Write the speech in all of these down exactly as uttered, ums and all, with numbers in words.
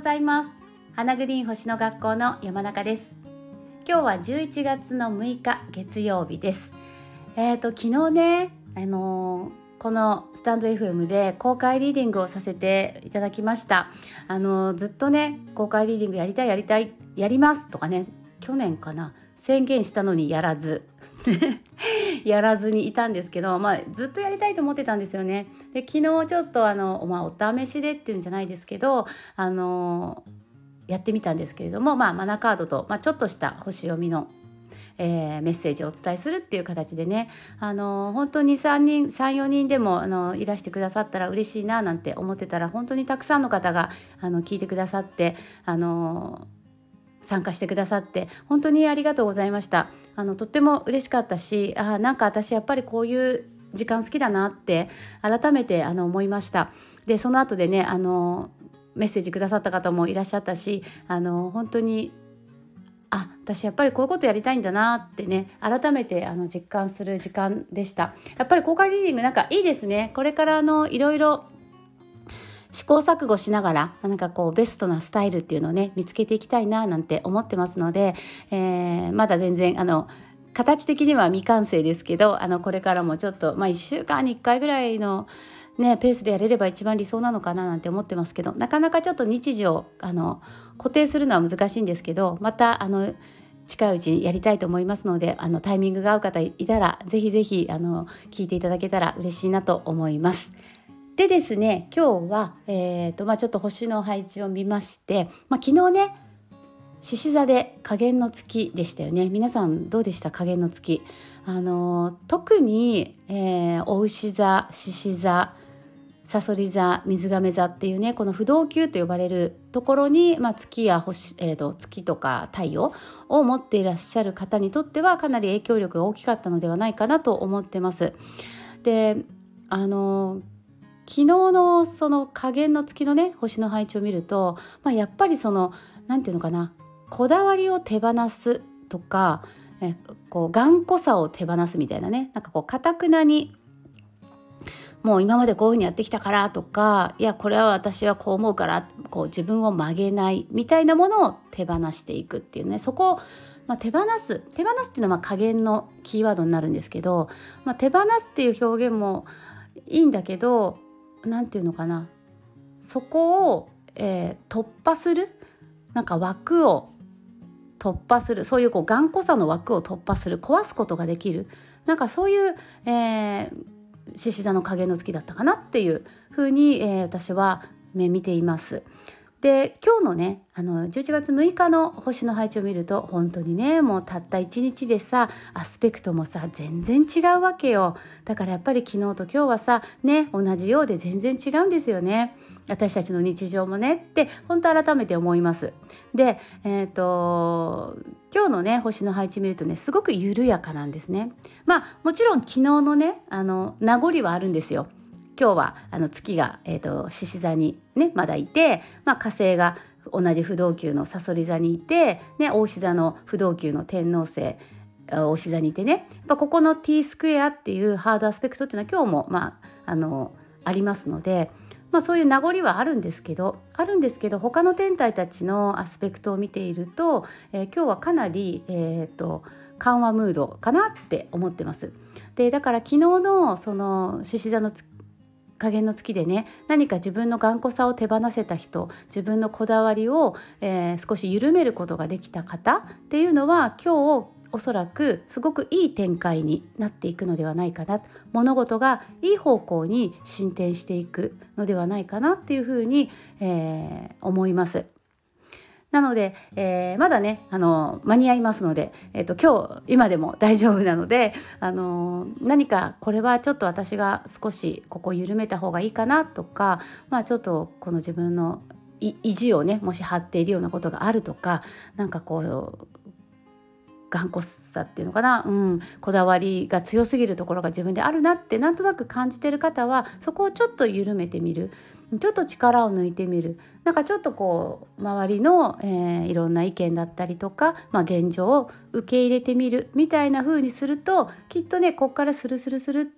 ざいます。花グリーン星の学校の山中です。今日はじゅういちがつのむいか月曜日です。えーと昨日ね、あのー、このスタンド エフエム で公開リーディングをさせていただきました。あのー、ずっとね公開リーディングやりたいやりたいやりますとかね、去年かな宣言したのにやらずやらずにいたんですけど、まあ、ずっとやりたいと思ってたんですよね。で昨日ちょっとあの、まあ、お試しでっていうんじゃないですけど、あのやってみたんですけれども、まあ、マナカードと、まあ、ちょっとした星読みの、えーメッセージをお伝えするっていう形でね、あの本当にさんにんさんよにんでもあのいらしてくださったら嬉しいななんて思ってたら、本当にたくさんの方があの聞いてくださって、あの参加してくださって本当にありがとうございました。あのとっても嬉しかったし、あなんか私やっぱりこういう時間好きだなって改めてあの思いました。でその後でね、あのメッセージくださった方もいらっしゃったし、あの本当にあ私やっぱりこういうことやりたいんだなってね、改めてあの実感する時間でした。やっぱり公開リーディングなんかいいですね。これからあのいろいろ試行錯誤しながらなんかこうベストなスタイルっていうのをね見つけていきたいななんて思ってますので、えー、まだ全然あの形的には未完成ですけど、あのこれからもちょっと、まあ、いっしゅうかんにいっかいぐらいの、ね、ペースでやれれば一番理想なのかななんて思ってますけど、なかなかちょっと日時をあの固定するのは難しいんですけど、またあの近いうちにやりたいと思いますので、あのタイミングが合う方いたらぜひぜひあの聞いていただけたら嬉しいなと思います。でですね、今日は、えーとまあ、ちょっと星の配置を見まして、まあ、昨日ね獅子座で下弦の月でしたよね。皆さんどうでした？下弦の月、あのー、特に、えー、お牛座、獅子座、さそり座、水亀座っていうね、この不動級と呼ばれるところに、まあ、月や星、えーと、月とか太陽を持っていらっしゃる方にとってはかなり影響力が大きかったのではないかなと思ってます。で、あのー昨日のその下弦の月のね星の配置を見ると、まあ、やっぱりそのなんていうのかな、こだわりを手放すとか、えこう頑固さを手放すみたいなね、なんかこう堅くなにもう今までこういうふうにやってきたからとか、いやこれは私はこう思うからこう自分を曲げないみたいなものを手放していくっていうね、そこをまあ、手放す手放すっていうのはまあ下弦のキーワードになるんですけど、まあ、手放すっていう表現もいいんだけど、なんていうのかな、そこを、えー、突破する、なんか枠を突破する、そういうこう頑固さの枠を突破する、壊すことができる、なんかそういうえ獅子座の影の月だったかなっていうふうに、えー、私は、ね、見ています。で今日のねあのじゅういちがつむいかの星の配置を見ると、本当にねもうたったいちにちでさアスペクトもさ全然違うわけよ。だからやっぱり昨日と今日はさね同じようで全然違うんですよね。私たちの日常もねって本当改めて思います。でえっと今日のね星の配置見るとねすごく緩やかなんですね。まあもちろん昨日のねあの名残はあるんですよ。今日はあの月が、えーと、獅子座に、ね、まだいて、まあ、火星が同じ不動級のさそり座にいて、ね、牡牛座の不動級の天王星牡牛座にいてね、やっぱここの T スクエアっていうハードアスペクトっていうのは今日も、まあ、あのありますので、まあ、そういう名残はあるんですけどあるんですけど他の天体たちのアスペクトを見ていると、えー、今日はかなり、えーと、緩和ムードかなって思ってます。でだから昨日のその獅子座の月下弦の月でね、何か自分の頑固さを手放せた人、自分のこだわりを、えー、少し緩めることができた方っていうのは今日おそらくすごくいい展開になっていくのではないかな、物事がいい方向に進展していくのではないかなっていうふうに、えー、思います。なので、えー、まだねあの間に合いますので、えーと、今日今でも大丈夫なので、あの何かこれはちょっと私が少しここ緩めた方がいいかなとか、まあ、ちょっとこの自分の意地をねもし張っているようなことがあるとか、なんかこう頑固さっていうのかな、うん、こだわりが強すぎるところが自分であるなってなんとなく感じている方は、そこをちょっと緩めてみる、ちょっと力を抜いてみる、なんかちょっとこう周りの、えー、いろんな意見だったりとか、まあ、現状を受け入れてみるみたいな風にすると、きっとねこっからスルスルスルって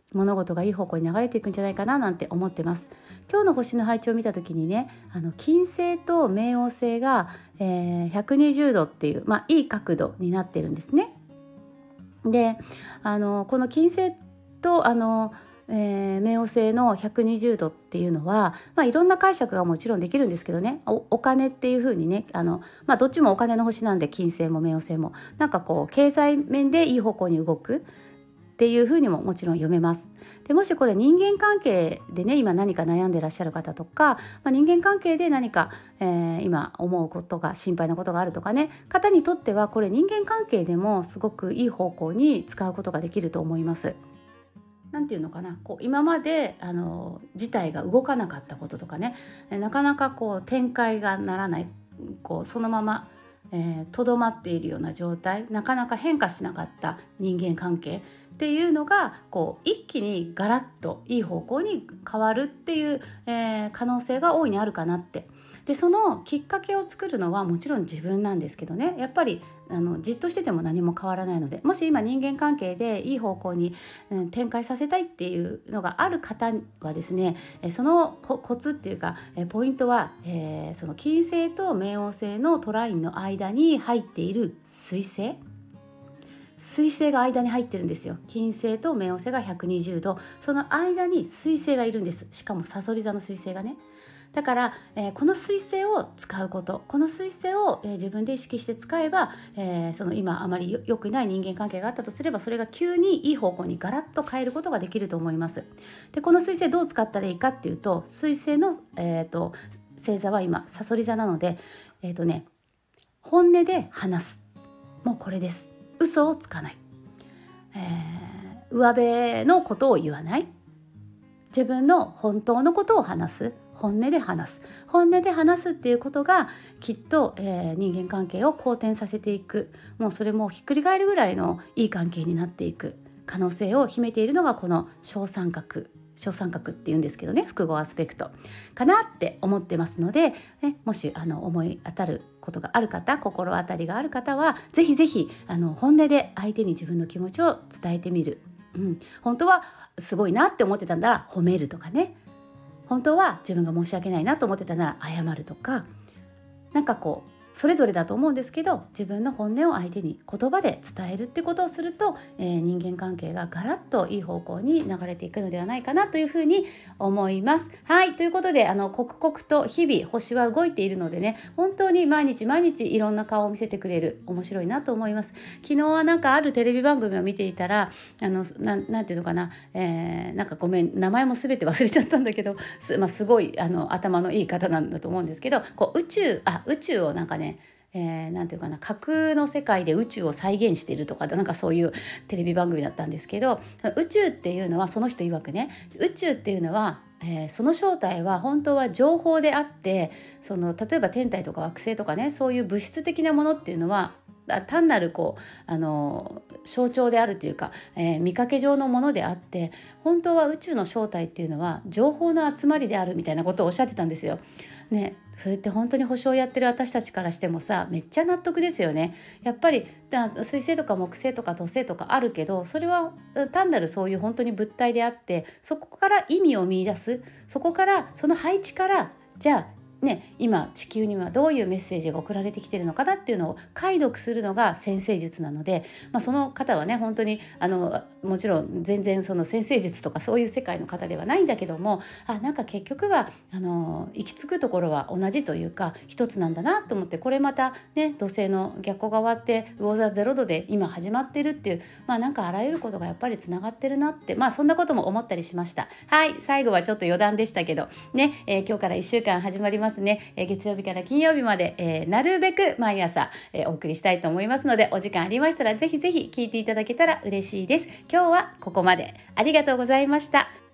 物事がいい方向に流れていくんじゃないかななんて思ってます。今日の星の配置を見た時にね、あの金星と冥王星が、えー、ひゃくにじゅうどっていう、まあ、いい角度になってるんですね。で、あのこの金星とあのえー、冥王星のひゃくにじゅうどっていうのは、まあ、いろんな解釈がもちろんできるんですけどね、 お, お金っていう風にね、あの、まあ、どっちもお金の星なんで、金星も冥王星もなんかこう経済面でいい方向に動くっていう風にももちろん読めます。でもしこれ人間関係でね、今何か悩んでらっしゃる方とか、まあ、人間関係で何か、えー、今思うことが心配なことがあるとかね、方にとってはこれ人間関係でもすごくいい方向に使うことができると思います。なんていうのかな、こう今まであの事態が動かなかったこととかね、なかなかこう展開がならない、こうそのままとど、えー、まっているような状態、なかなか変化しなかった人間関係っていうのがこう一気にガラッといい方向に変わるっていう、えー、可能性が大いにあるかなって。でそのきっかけを作るのはもちろん自分なんですけどね、やっぱりあのじっとしてても何も変わらないので、もし今人間関係でいい方向に、うん、展開させたいっていうのがある方はですね、そのコツっていうかポイントは、えー、その金星と冥王星のトラインの間に入っている水星水星が間に入ってるんですよ。金星と冥王星がひゃくにじゅうど、その間に水星がいるんです。しかもさそり座の水星がね。だから、えー、この水星を使うこと、この水星を、えー、自分で意識して使えば、えー、その今あまりよ良くない人間関係があったとすれば、それが急にいい方向にガラッと変えることができると思います。でこの水星どう使ったらいいかっていうと、水星の、えー、と星座は今さそり座なので、えーとね、本音で話す、もうこれです。嘘をつかない、えー、上辺のことを言わない、自分の本当のことを話す、本音で話す本音で話すっていうことがきっと、えー、人間関係を好転させていく、もうそれもひっくり返るぐらいのいい関係になっていく可能性を秘めているのがこの小三角小三角っていうんですけどね、複合アスペクトかなって思ってますので、ね、もしあの思い当たることがある方、心当たりがある方はぜひぜひあの本音で相手に自分の気持ちを伝えてみる、うん、本当はすごいなって思ってたんだら褒めるとかね、本当は自分が申し訳ないなと思ってたなら謝るとか、なんかこうそれぞれだと思うんですけど、自分の本音を相手に言葉で伝えるってことをすると、えー、人間関係がガラッといい方向に流れていくのではないかなというふうに思います。はい、ということであの刻々と日々星は動いているのでね、本当に毎日毎日いろんな顔を見せてくれる、面白いなと思います。昨日はなんかあるテレビ番組を見ていたら、あの な, なんていうのかな、えー、なんかごめん名前も全て忘れちゃったんだけど、す,、まあ、すごいあの頭のいい方なんだと思うんですけど、こう宇宙あ宇宙をなんかねえー、なんていうかな、架空の世界で宇宙を再現しているとか、なんかそういうテレビ番組だったんですけど、宇宙っていうのはその人曰くね、宇宙っていうのは、えー、その正体は本当は情報であって、その例えば天体とか惑星とかね、そういう物質的なものっていうのは単なるこうあの象徴であるというか、えー、見かけ上のものであって、本当は宇宙の正体っていうのは情報の集まりであるみたいなことをおっしゃってたんですよ。ね、それって本当に星をやってる私たちからしてもさ、めっちゃ納得ですよね。やっぱり水星とか木星とか土星とかあるけど、それは単なるそういう本当に物体であって、そこから意味を見出す、そこからその配置からじゃあね、今地球にはどういうメッセージが送られてきているのかなっていうのを解読するのが占星術なので、まあ、その方はね本当にあのもちろん全然その占星術とかそういう世界の方ではないんだけども、あなんか結局はあの行き着くところは同じというか一つなんだなと思って、これまたね土星の逆行が終わって魚座ゼロ度で今始まってるっていう、まあなんかあらゆることがやっぱりつながってるなって、まあそんなことも思ったりしました。はい、最後はちょっと余談でしたけどね、えー、今日からいっしゅうかん始まりますね。えー、月曜日から金曜日まで、えー、なるべく毎朝、えー、お送りしたいと思いますので、お時間ありましたらぜひぜひ聞いていただけたら嬉しいです。今日はここまで。ありがとうございました。